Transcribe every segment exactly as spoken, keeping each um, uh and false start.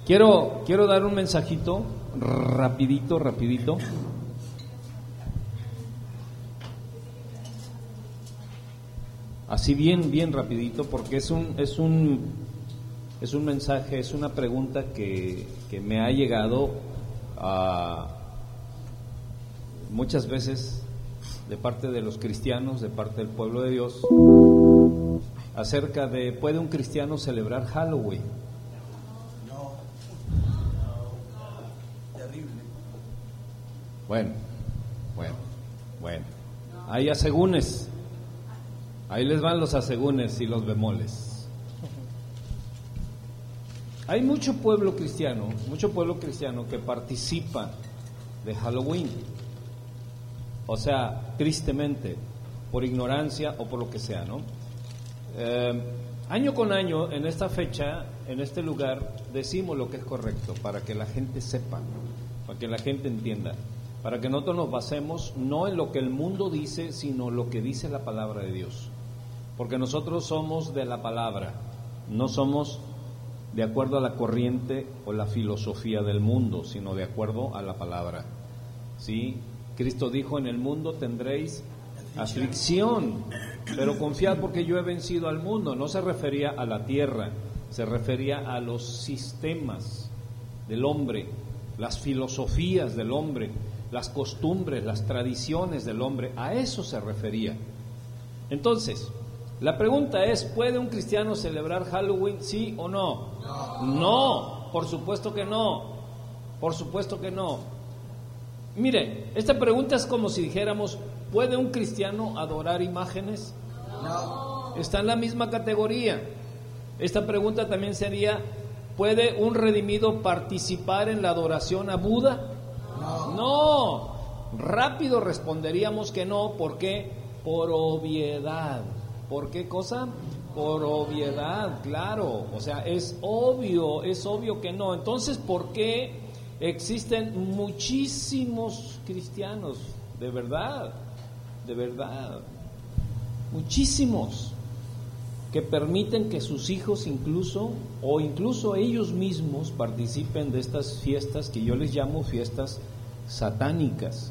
Quiero, quiero dar un mensajito rapidito, rapidito. Así bien, bien rapidito, porque es un, es un, es un mensaje, es una pregunta que, que me ha llegado a muchas veces de parte de los cristianos, de parte del pueblo de Dios, acerca de, ¿puede un cristiano celebrar Halloween? No, no, terrible. Bueno, bueno, bueno, hay asegúnes, ahí les van los asegúnes y los bemoles. Hay mucho pueblo cristiano, mucho pueblo cristiano que participa de Halloween. O sea, tristemente, por ignorancia o por lo que sea, ¿no? Eh, año con año, en esta fecha, en este lugar, decimos lo que es correcto, para que la gente sepa, para que la gente entienda, para que nosotros nos basemos no en lo que el mundo dice, sino lo que dice la palabra de Dios. Porque nosotros somos de la palabra, no somos de acuerdo a la corriente o la filosofía del mundo, sino de acuerdo a la palabra. ¿Sí? Cristo dijo, en el mundo tendréis aflicción, pero confiad porque yo he vencido al mundo. No se refería a la tierra, se refería a los sistemas del hombre, las filosofías del hombre, las costumbres, las tradiciones del hombre, a eso se refería. Entonces, la pregunta es, ¿puede un cristiano celebrar Halloween, sí o no? No, no, por supuesto que no, por supuesto que no. Mire, esta pregunta es como si dijéramos, ¿puede un cristiano adorar imágenes? No. Está en la misma categoría. Esta pregunta también sería, ¿puede un redimido participar en la adoración a Buda? No. No. Rápido responderíamos que no, ¿por qué? Por obviedad. ¿Por qué cosa? Por obviedad, claro. O sea, es obvio, es obvio que no. Entonces, ¿por qué existen muchísimos cristianos? De verdad, de verdad, muchísimos que permiten que sus hijos incluso, o incluso ellos mismos, participen de estas fiestas que yo les llamo fiestas satánicas.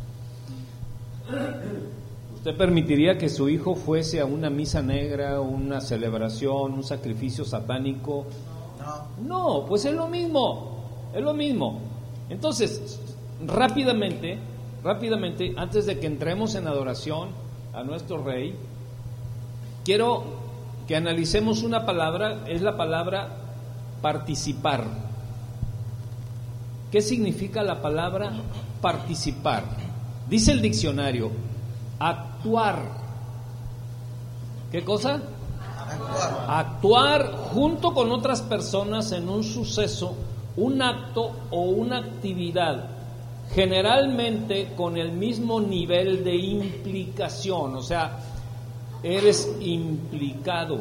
¿Usted permitiría que su hijo fuese a una misa negra, una celebración, un sacrificio satánico? No, pues es lo mismo, es lo mismo. Entonces, rápidamente, rápidamente, antes de que entremos en adoración a nuestro Rey, quiero que analicemos una palabra, es la palabra participar. ¿Qué significa la palabra participar? Dice el diccionario, actuar. ¿Qué cosa? Actuar. Actuar junto con otras personas en un suceso, un acto o una actividad, generalmente con el mismo nivel de implicación, o sea, eres implicado.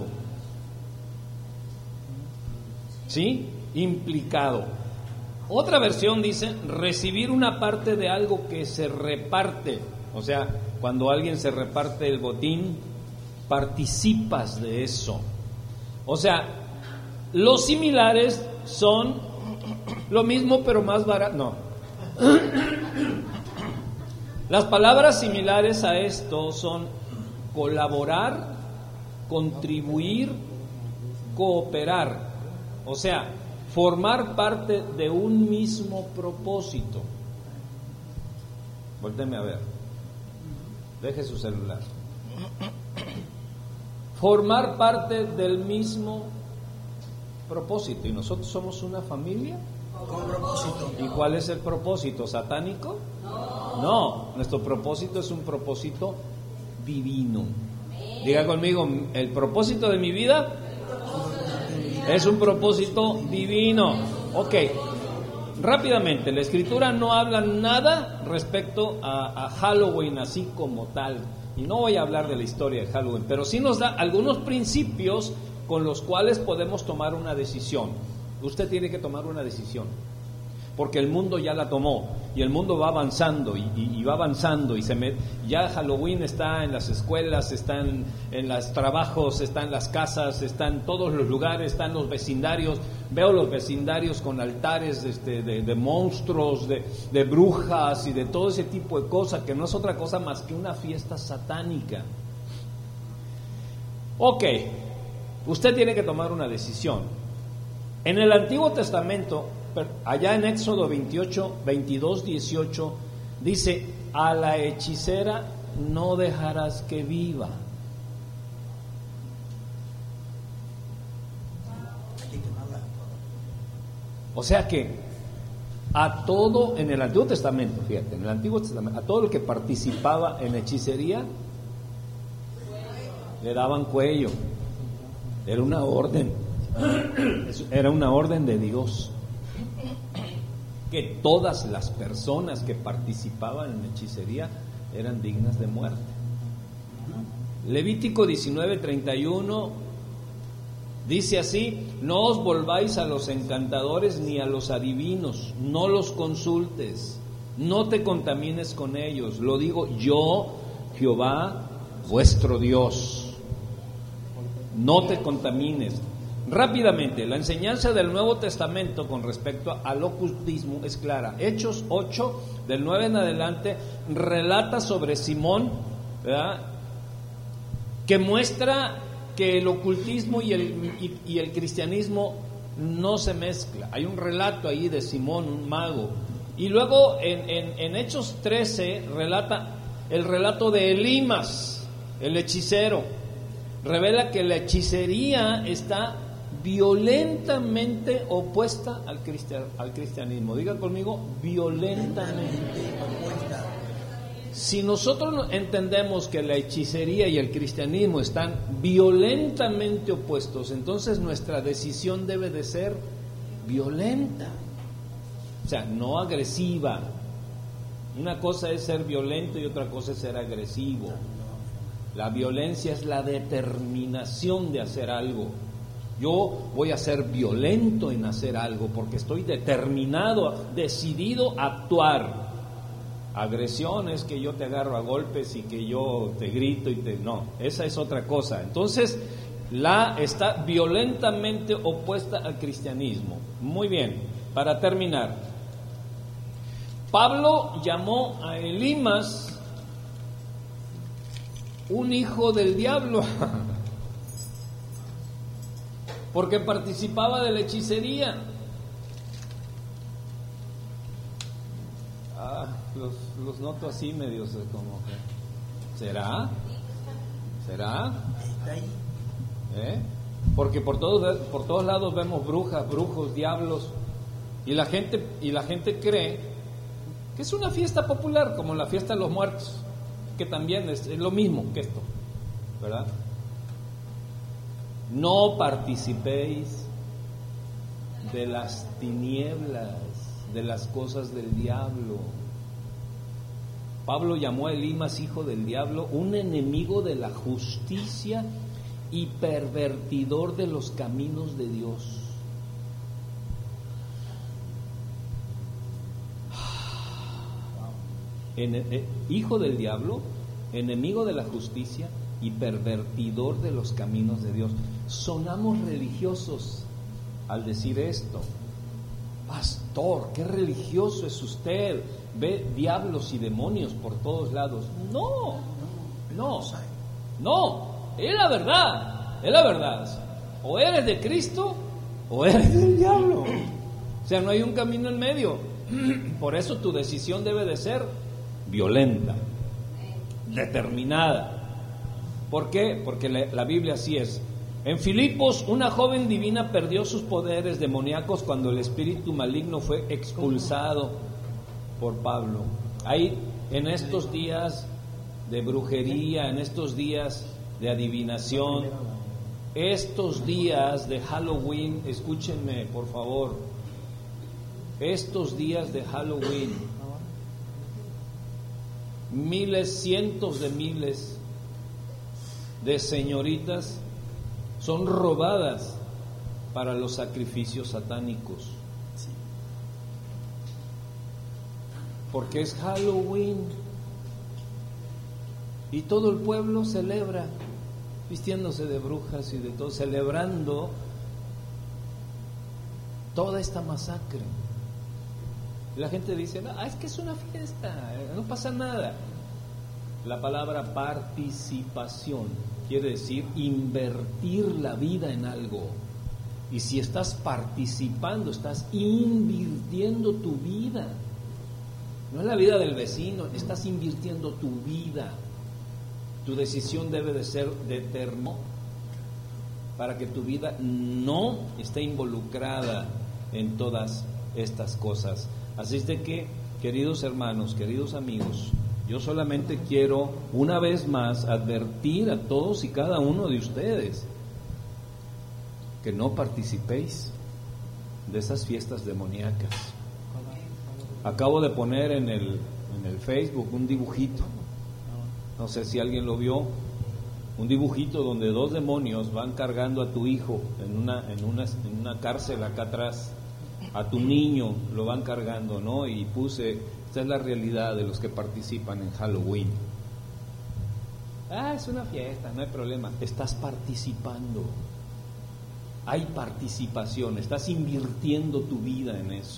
¿Sí? Implicado. Otra versión dice recibir una parte de algo que se reparte, o sea, cuando alguien se reparte el botín, participas de eso. O sea, los similares son lo mismo pero más barato. No. Las palabras similares a esto son colaborar, contribuir, cooperar. O sea, formar parte de un mismo propósito. Vuélteme a ver. Deje su celular. Formar parte del mismo propósito. ¿Y nosotros somos una familia? Con propósito. ¿Y cuál es el propósito? ¿Satánico? No. No, nuestro propósito es un propósito divino. Diga conmigo, el propósito de mi vida es un propósito divino. Ok, rápidamente, la Escritura no habla nada respecto a, a Halloween así como tal. Y no voy a hablar de la historia de Halloween, pero sí nos da algunos principios con los cuales podemos tomar una decisión. Usted tiene que tomar una decisión. porque el mundo ya la tomó y el mundo va avanzando y, y, y va avanzando y se me, ya Halloween está en las escuelas, está en, en los trabajos, está en las casas, está en todos los lugares, está en los vecindarios. Veo los vecindarios con altares este, de, de monstruos, de, de brujas y de todo ese tipo de cosas, que no es otra cosa más que una fiesta satánica. Ok, usted tiene que tomar una decisión. En el Antiguo Testamento, allá en Éxodo veintiocho, veintidós, dieciocho, dice: a la hechicera no dejarás que viva. O sea que a todo, en el Antiguo Testamento, fíjate, en el Antiguo Testamento, a todo el que participaba en hechicería, le daban cuello. Era una orden, era una orden de Dios, que todas las personas que participaban en hechicería eran dignas de muerte. Levítico diecinueve, treinta y uno dice así: no os volváis a los encantadores ni a los adivinos, no los consultes, no te contamines con ellos, lo digo yo, Jehová, vuestro Dios. No te contamines. Rápidamente, la enseñanza del Nuevo Testamento con respecto al ocultismo es clara. Hechos ocho, del nueve en adelante, relata sobre Simón, ¿verdad?, que muestra que el ocultismo y el, y, y el cristianismo no se mezcla. Hay un relato ahí de Simón, un mago. Y luego en, en, en Hechos trece relata el relato de Elimas, el hechicero. Revela que la hechicería está violentamente opuesta al, cristian, al cristianismo. Diga conmigo, violentamente opuesta. Si nosotros entendemos que la hechicería y el cristianismo están violentamente opuestos, entonces nuestra decisión debe de ser violenta, o sea, no agresiva. Una cosa es ser violento y otra cosa es ser agresivo. La violencia es la determinación de hacer algo. Yo voy a ser violento en hacer algo porque estoy determinado, decidido a actuar. Agresión es que yo te agarro a golpes y que yo te grito y te... No, esa es otra cosa. Entonces, la está violentamente opuesta al cristianismo. Muy bien, para terminar, Pablo llamó a Elimas un hijo del diablo porque participaba de la hechicería. Ah, los, los noto así medios como que... ¿Será? ¿Será? ¿Eh? Porque por todos, por todos lados vemos brujas, brujos, diablos, y la gente, y la gente cree que es una fiesta popular como la fiesta de los muertos, que también es, es lo mismo que esto, ¿verdad? No participéis de las tinieblas, de las cosas del diablo. Pablo llamó a Elimas hijo del diablo, un enemigo de la justicia y pervertidor de los caminos de Dios. En, eh, hijo del diablo, enemigo de la justicia y pervertidor de los caminos de Dios. Sonamos religiosos al decir esto. Pastor, qué religioso es usted, ve diablos y demonios por todos lados. No, no, no, es la verdad, es la verdad. O eres de Cristo o eres del diablo. O sea, no hay un camino en medio. Por eso tu decisión debe de ser violenta, determinada. ¿Por qué? Porque la, la Biblia así es. En Filipos, una joven divina perdió sus poderes demoníacos cuando el espíritu maligno fue expulsado por Pablo. Ahí, en estos días de brujería, en estos días de adivinación, estos días de Halloween, escúchenme por favor, estos días de Halloween, miles, cientos de miles de señoritas son robadas para los sacrificios satánicos. porque es Halloween y todo el pueblo celebra, vistiéndose de brujas y de todo, celebrando toda esta masacre. La gente dice, no, es que es una fiesta, no pasa nada. La palabra participación quiere decir invertir la vida en algo. Y si estás participando, estás invirtiendo tu vida. No es la vida del vecino, estás invirtiendo tu vida. Tu decisión debe de ser determinada para que tu vida no esté involucrada en todas estas cosas. Así es de que, queridos hermanos, queridos amigos, yo solamente quiero una vez más advertir a todos y cada uno de ustedes que no participéis de esas fiestas demoníacas. Acabo de poner en el, en el Facebook un dibujito, no sé si alguien lo vio, un dibujito donde dos demonios van cargando a tu hijo en una, en una, en una cárcel acá atrás, a tu niño lo van cargando, ¿no? Y puse, esta es la realidad de los que participan en Halloween. Ah, es una fiesta, no hay problema, estás participando. Hay participación, estás invirtiendo tu vida en eso.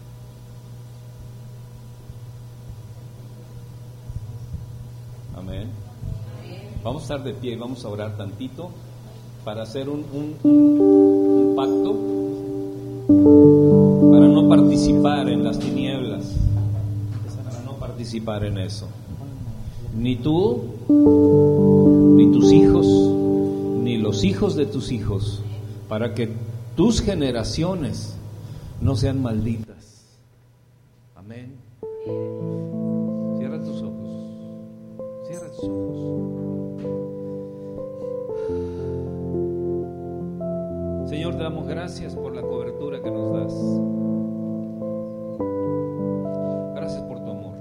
Amén. Vamos a estar de pie y vamos a orar tantito para hacer un, un, un, un pacto para no participar en las tinieblas, para no participar en eso. Ni tú, ni tus hijos, ni los hijos de tus hijos, para que tus generaciones no sean malditas. Amén. Cierra tus ojos. Cierra tus ojos. Señor, te damos gracias por la cobertura que nos das. Gracias por tu amor.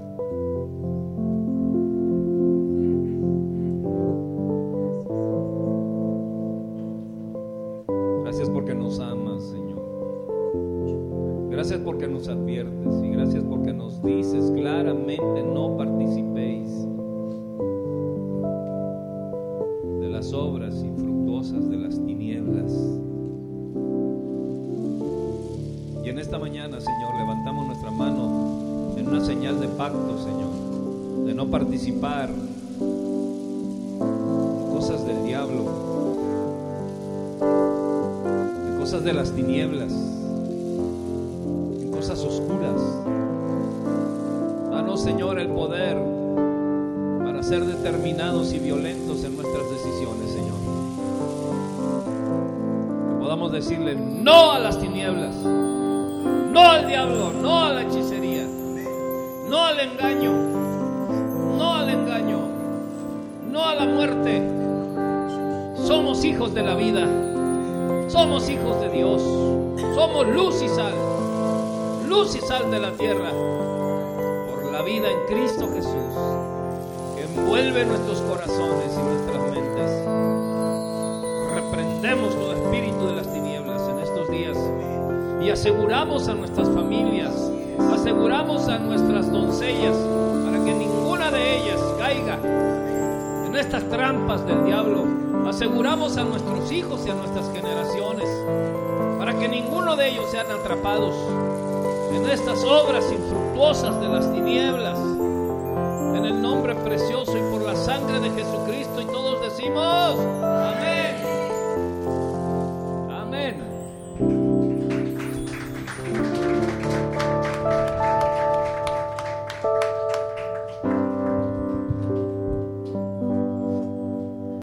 Gracias porque nos amas, Señor. Gracias porque nos adviertes y gracias porque nos dices claramente: no participéis de las obras infructuosas de las tinieblas. Y en esta mañana, Señor, levantamos nuestra mano en una señal de pacto, Señor, de no participar en cosas del diablo, en cosas de las tinieblas, en cosas oscuras. Danos, Señor, el poder para ser determinados y violentos en nuestras decisiones, Señor. Que podamos decirle no a las tinieblas, no al diablo, no a la hechicería, no al engaño, no al engaño, no a la muerte. Somos hijos de la vida, somos hijos de Dios, somos luz y sal, luz y sal de la tierra, por la vida en Cristo Jesús, que envuelve nuestros corazones y nuestras mentes. Reprendemos todo espíritu de las tinieblas en estos días y aseguramos a nuestras familias, aseguramos a nuestras doncellas, para que ninguna de ellas caiga en estas trampas del diablo. Aseguramos a nuestros hijos y a nuestras generaciones, para que ninguno de ellos sean atrapados en estas obras infructuosas de las tinieblas. En el nombre precioso y por la sangre de Jesucristo, y todos decimos amén.